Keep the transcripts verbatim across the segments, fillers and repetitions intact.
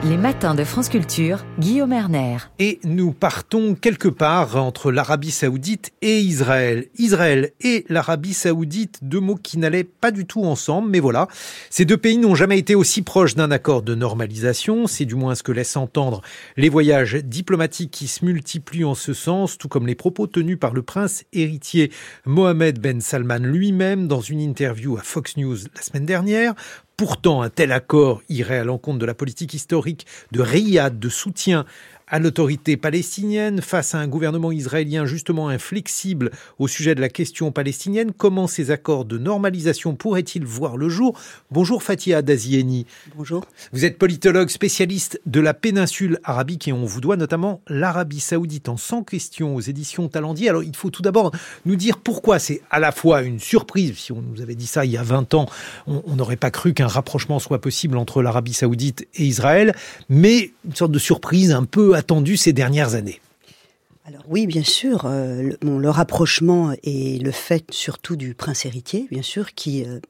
Les matins de France Culture, Guillaume Erner. Et nous partons quelque part entre l'Arabie Saoudite et Israël. Israël et l'Arabie Saoudite, deux mots qui n'allaient pas du tout ensemble, mais voilà. Ces deux pays n'ont jamais été aussi proches d'un accord de normalisation. C'est du moins ce que laissent entendre les voyages diplomatiques qui se multiplient en ce sens, tout comme les propos tenus par le prince héritier Mohammed Ben Salman lui-même dans une interview à Fox News la semaine dernière. Pourtant, un tel accord irait à l'encontre de la politique historique de Riyad de soutien à l'autorité palestinienne face à un gouvernement israélien justement inflexible au sujet de la question palestinienne. Comment ces accords de normalisation pourraient-ils voir le jour ? Bonjour Fathia Dazieni. Bonjour. Vous êtes politologue spécialiste de la péninsule arabique et on vous doit notamment l'Arabie Saoudite en cent questions aux éditions Talendier. Alors il faut tout d'abord nous dire pourquoi c'est à la fois une surprise. Si on nous avait dit ça il y a vingt ans, on n'aurait pas cru qu'un rapprochement soit possible entre l'Arabie Saoudite et Israël, mais une sorte de surprise un peu attendu ces dernières années. Alors oui, bien sûr, euh, le, bon, le rapprochement est le fait surtout du prince héritier, bien sûr, qui euh,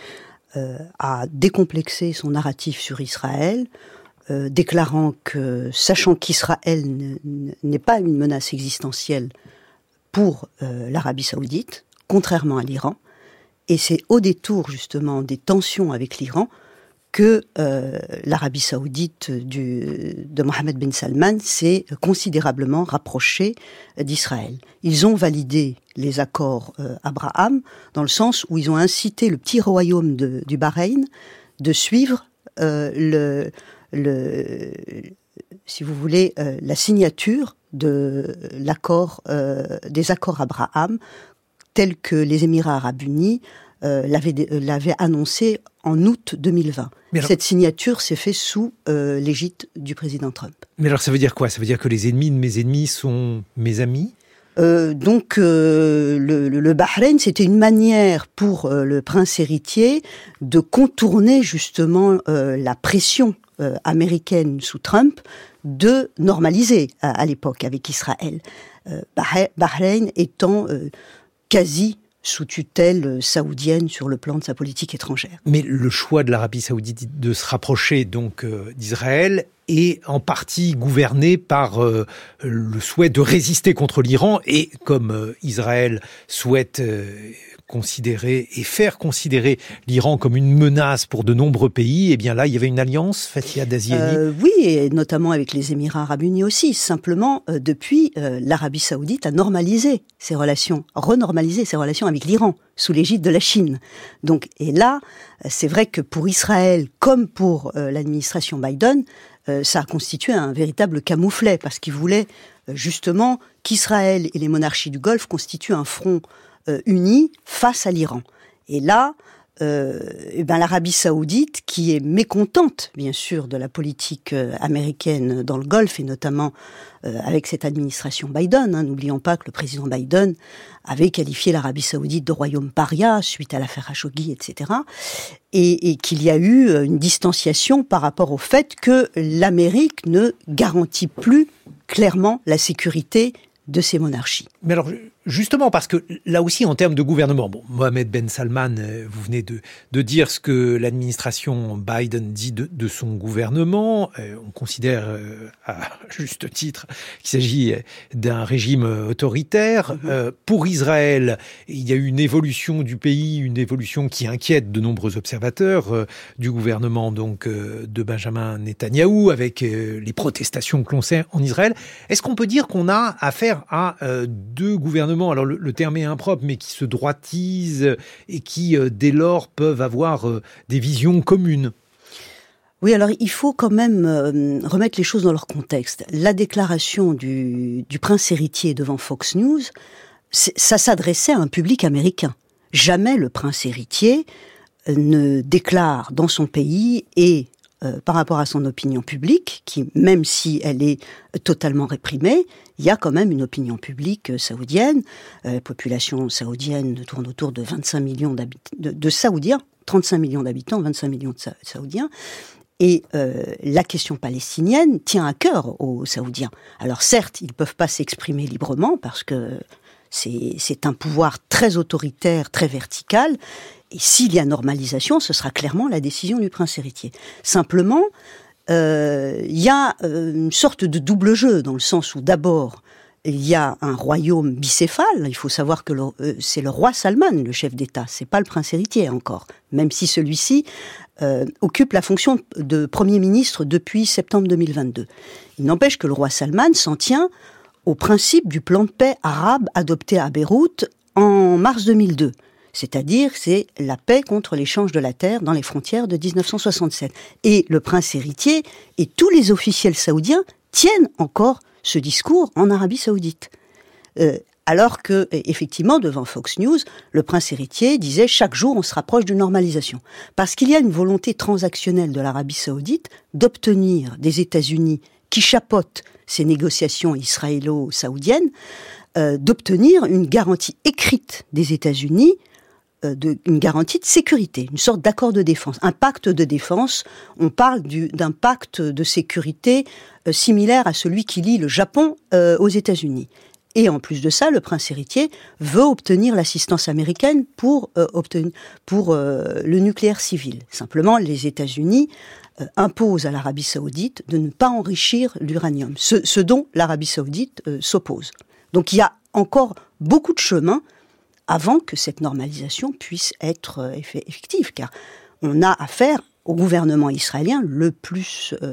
euh, a décomplexé son narratif sur Israël, euh, déclarant que, sachant qu'Israël n'est pas une menace existentielle pour euh, l'Arabie Saoudite, contrairement à l'Iran, et c'est au détour justement des tensions avec l'Iran que euh, l'Arabie Saoudite du, de Mohammed Ben Salman s'est considérablement rapprochée d'Israël. Ils ont validé les accords euh, Abraham dans le sens où ils ont incité le petit royaume de, du Bahreïn de suivre euh, le, le, si vous voulez, euh, la signature de l'accord, euh, des accords Abraham tels que les Émirats Arabes Unis Euh, l'avait, euh, l'avait annoncé en août deux mille vingt. Alors, cette signature s'est faite sous euh, l'égide du président Trump. Mais alors ça veut dire quoi ? Ça veut dire que les ennemis de mes ennemis sont mes amis ? euh, Donc euh, le, le, le Bahreïn, c'était une manière pour euh, le prince héritier de contourner justement euh, la pression euh, américaine sous Trump de normaliser à, à l'époque avec Israël. Euh, Bahreïn étant euh, quasi sous tutelle saoudienne sur le plan de sa politique étrangère. Mais le choix de l'Arabie Saoudite de se rapprocher donc euh, d'Israël est en partie gouverné par euh, le souhait de résister contre l'Iran et comme euh, Israël souhaite euh, considérer et faire considérer l'Iran comme une menace pour de nombreux pays, et eh bien là il y avait une alliance, Fathia Dazieni. Euh, oui, et notamment avec les Émirats Arabes Unis aussi. Simplement, euh, depuis, euh, l'Arabie Saoudite a normalisé ses relations, renormalisé ses relations avec l'Iran sous l'égide de la Chine. Donc, et là, c'est vrai que pour Israël, comme pour euh, l'administration Biden, euh, ça a constitué un véritable camouflet parce qu'ils voulaient euh, justement qu'Israël et les monarchies du Golfe constituent un front euh, uni face à l'Iran. Et là, euh, eh ben, l'Arabie Saoudite, qui est mécontente, bien sûr, de la politique euh, américaine dans le Golfe, et notamment euh, avec cette administration Biden, hein, n'oublions pas que le président Biden avait qualifié l'Arabie Saoudite de royaume paria suite à l'affaire Khashoggi, et cetera, et, et qu'il y a eu une distanciation par rapport au fait que l'Amérique ne garantit plus clairement la sécurité de ces monarchies. Mais alors, justement, parce que là aussi, en termes de gouvernement, bon, Mohammed Ben Salman, vous venez de, de dire ce que l'administration Biden dit de, de son gouvernement. Euh, on considère, euh, à juste titre, qu'il s'agit d'un régime autoritaire. Mm-hmm. Euh, pour Israël, il y a eu une évolution du pays, une évolution qui inquiète de nombreux observateurs euh, du gouvernement donc euh, de Benjamin Netanyahou, avec euh, les protestations que l'on sait en Israël. Est-ce qu'on peut dire qu'on a affaire à euh, deux gouvernements, alors le, le terme est impropre, mais qui se droitisent et qui, euh, dès lors, peuvent avoir euh, des visions communes? Oui, alors il faut quand même euh, remettre les choses dans leur contexte. La déclaration du, du prince héritier devant Fox News, ça s'adressait à un public américain. Jamais le prince héritier ne déclare dans son pays et Euh, par rapport à son opinion publique, qui, même si elle est totalement réprimée, il y a quand même une opinion publique saoudienne. La euh, population saoudienne tourne autour de vingt-cinq millions d'habitants, de, de Saoudiens, trente-cinq millions d'habitants, vingt-cinq millions de Sa- Saoudiens. Et euh, la question palestinienne tient à cœur aux Saoudiens. Alors certes, ils ne peuvent pas s'exprimer librement parce que c'est, c'est un pouvoir très autoritaire, très vertical. Et s'il y a normalisation, ce sera clairement la décision du prince héritier. Simplement, euh, il y a euh, une sorte de double jeu, dans le sens où d'abord, il y a un royaume bicéphale. Il faut savoir que le, euh, c'est le roi Salman, le chef d'État. C'est pas le prince héritier encore, même si celui-ci euh, occupe la fonction de Premier ministre depuis septembre deux mille vingt-deux. Il n'empêche que le roi Salman s'en tient au principe du plan de paix arabe adopté à Beyrouth en mars deux mille deux. C'est-à-dire, c'est la paix contre l'échange de la terre dans les frontières de dix-neuf cent soixante-sept. Et le prince héritier et tous les officiels saoudiens tiennent encore ce discours en Arabie Saoudite. Euh, alors que, effectivement, devant Fox News, le prince héritier disait « chaque jour, on se rapproche d'une normalisation ». Parce qu'il y a une volonté transactionnelle de l'Arabie Saoudite d'obtenir des États-Unis qui chapeautent ces négociations israélo-saoudiennes, euh, d'obtenir une garantie écrite des États-Unis, euh, de, une garantie de sécurité, une sorte d'accord de défense, un pacte de défense. On parle du, d'un pacte de sécurité euh, similaire à celui qui lie le Japon euh, aux États-Unis. Et en plus de ça, le prince héritier veut obtenir l'assistance américaine pour, euh, obtenir, pour euh, le nucléaire civil. Simplement, les États-Unis euh, imposent à l'Arabie Saoudite de ne pas enrichir l'uranium, ce, ce dont l'Arabie Saoudite euh, s'oppose. Donc il y a encore beaucoup de chemin avant que cette normalisation puisse être euh, effective, car on a affaire au gouvernement israélien le plus euh,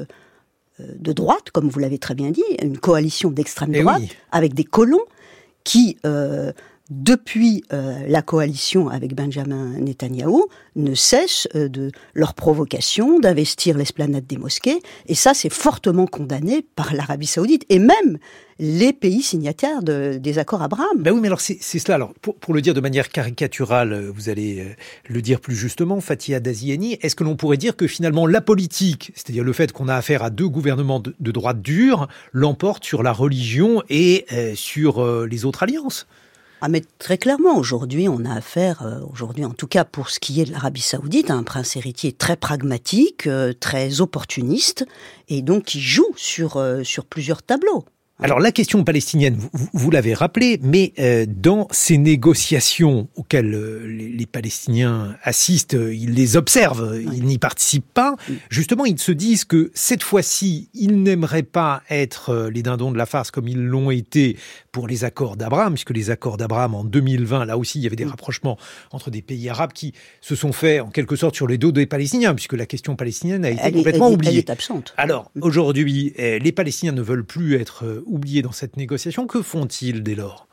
de droite, comme vous l'avez très bien dit, une coalition d'extrême droite, oui, avec des colons qui, euh, depuis euh, la coalition avec Benjamin Netanyahou, ne cessent euh, de leur provocation d'investir l'esplanade des mosquées, et ça c'est fortement condamné par l'Arabie Saoudite, et même les pays signataires de, des accords Abraham. Ben oui, mais alors c'est, c'est cela. Alors pour, pour le dire de manière caricaturale, vous allez euh, le dire plus justement, Fathia Daziani, est-ce que l'on pourrait dire que finalement la politique, c'est-à-dire le fait qu'on a affaire à deux gouvernements de, de droite dure, l'emporte sur la religion et euh, sur euh, les autres alliances? Ah mais très clairement, aujourd'hui, on a affaire, euh, aujourd'hui en tout cas pour ce qui est de l'Arabie Saoudite, à un prince héritier très pragmatique, euh, très opportuniste, et donc qui joue sur, euh, sur plusieurs tableaux. Alors la question palestinienne, vous, vous l'avez rappelé, mais euh, dans ces négociations auxquelles euh, les, les Palestiniens assistent, euh, ils les observent, oui, ils n'y participent pas. Oui. Justement, ils se disent que cette fois-ci, ils n'aimeraient pas être euh, les dindons de la farce comme ils l'ont été pour les accords d'Abraham, puisque les accords d'Abraham en deux mille vingt, là aussi, il y avait des oui. rapprochements entre des pays arabes qui se sont faits en quelque sorte sur les dos des Palestiniens, puisque la question palestinienne a été elle complètement est, elle, oubliée. Elle est absente. Alors aujourd'hui, euh, les Palestiniens ne veulent plus être euh, oubliés dans cette négociation. Que font-ils dès lors?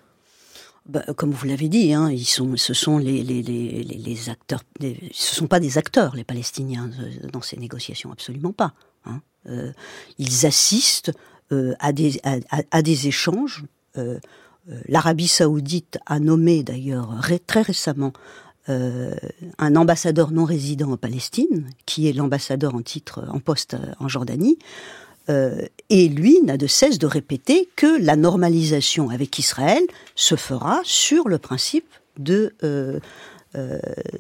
Bah, comme vous l'avez dit, hein, ils sont, ce sont les, les, les, les acteurs. Les, ce sont pas des acteurs, les Palestiniens, euh, dans ces négociations, absolument pas. Hein. Euh, ils assistent euh, à, des, à, à des échanges. Euh, euh, L'Arabie Saoudite a nommé d'ailleurs ré, très récemment euh, un ambassadeur non résident en Palestine, qui est l'ambassadeur en titre en poste en Jordanie. Euh, et lui n'a de cesse de répéter que la normalisation avec Israël se fera sur le principe de, euh, euh,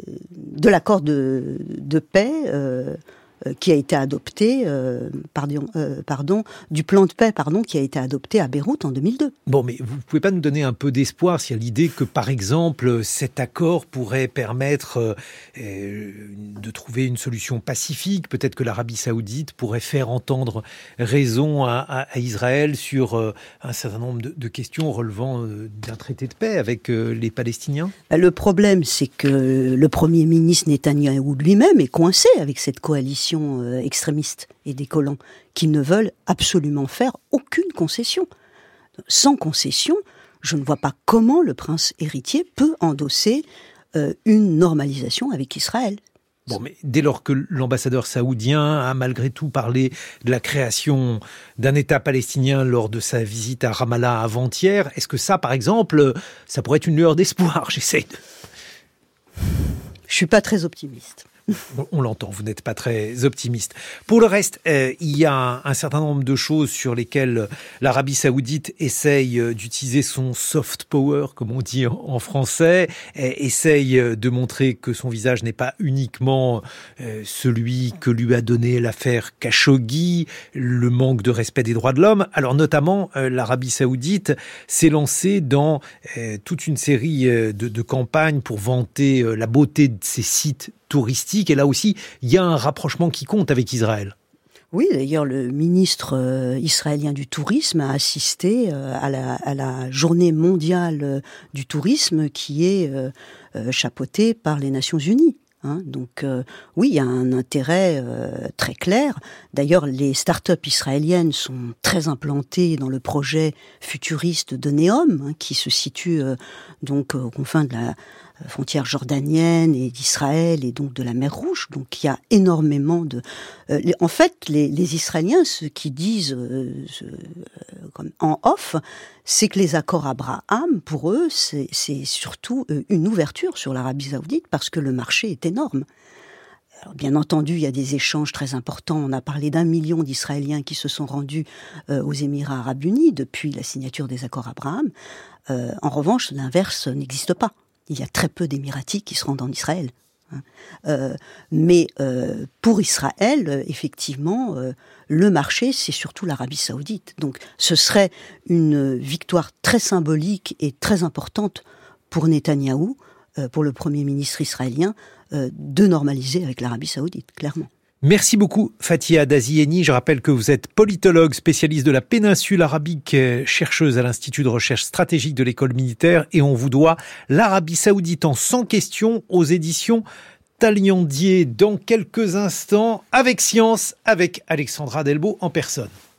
de l'accord de, de paix euh, qui a été adopté, euh, pardon, euh, pardon, du plan de paix pardon, qui a été adopté à Beyrouth en deux mille deux. Bon, mais vous ne pouvez pas nous donner un peu d'espoir s'il y a l'idée que, par exemple, cet accord pourrait permettre euh, de trouver une solution pacifique? Peut-être que l'Arabie Saoudite pourrait faire entendre raison à, à, à Israël sur euh, un certain nombre de, de questions relevant euh, d'un traité de paix avec euh, les Palestiniens? Le problème, c'est que le Premier ministre Netanyahou lui-même est coincé avec cette coalition extrémistes et des colons qui ne veulent absolument faire aucune concession. Sans concession, je ne vois pas comment le prince héritier peut endosser euh, une normalisation avec Israël. Bon, mais dès lors que l'ambassadeur saoudien a malgré tout parlé de la création d'un État palestinien lors de sa visite à Ramallah avant-hier, est-ce que ça, par exemple, ça pourrait être une lueur d'espoir? J'essaie de... Je suis pas très optimiste. On l'entend, vous n'êtes pas très optimiste. Pour le reste, euh, il y a un certain nombre de choses sur lesquelles l'Arabie Saoudite essaye d'utiliser son soft power, comme on dit en français, essaye de montrer que son visage n'est pas uniquement euh, celui que lui a donné l'affaire Khashoggi, le manque de respect des droits de l'homme. Alors notamment, euh, l'Arabie Saoudite s'est lancée dans euh, toute une série euh, de, de campagnes pour vanter euh, la beauté de ses sites touristique, et là aussi, il y a un rapprochement qui compte avec Israël. Oui, d'ailleurs, le ministre euh, israélien du tourisme a assisté euh, à, la, à la journée mondiale euh, du tourisme qui est euh, euh, chapeautée par les Nations Unies. Hein. Donc euh, oui, il y a un intérêt euh, très clair. D'ailleurs, les start-up israéliennes sont très implantées dans le projet futuriste de Neom, hein, qui se situe euh, donc aux confins de la frontière jordanienne et d'Israël et donc de la mer Rouge. Donc il y a énormément de... Euh, les, en fait, les, les Israéliens, ce qu'ils disent euh, ce, euh, comme en off, c'est que les accords Abraham, pour eux, c'est, c'est surtout euh, une ouverture sur l'Arabie Saoudite parce que le marché est énorme. Alors, bien entendu, il y a des échanges très importants. On a parlé d'un million d'Israéliens qui se sont rendus euh, aux Émirats Arabes Unis depuis la signature des accords Abraham. Euh, en revanche, l'inverse n'existe pas. Il y a très peu d'Émiratis qui se rendent en Israël. Euh, mais euh, pour Israël, euh, effectivement, euh, le marché, c'est surtout l'Arabie Saoudite. Donc ce serait une victoire très symbolique et très importante pour Netanyahou, euh, pour le Premier ministre israélien, euh, de normaliser avec l'Arabie Saoudite, clairement. Merci beaucoup Fathia Dazieni. Je rappelle que vous êtes politologue, spécialiste de la péninsule arabique, chercheuse à l'Institut de recherche stratégique de l'école militaire, et on vous doit l'Arabie Saoudite en cent questions aux éditions Taillandier. Dans quelques instants, avec Science, avec Alexandra Delbo en personne.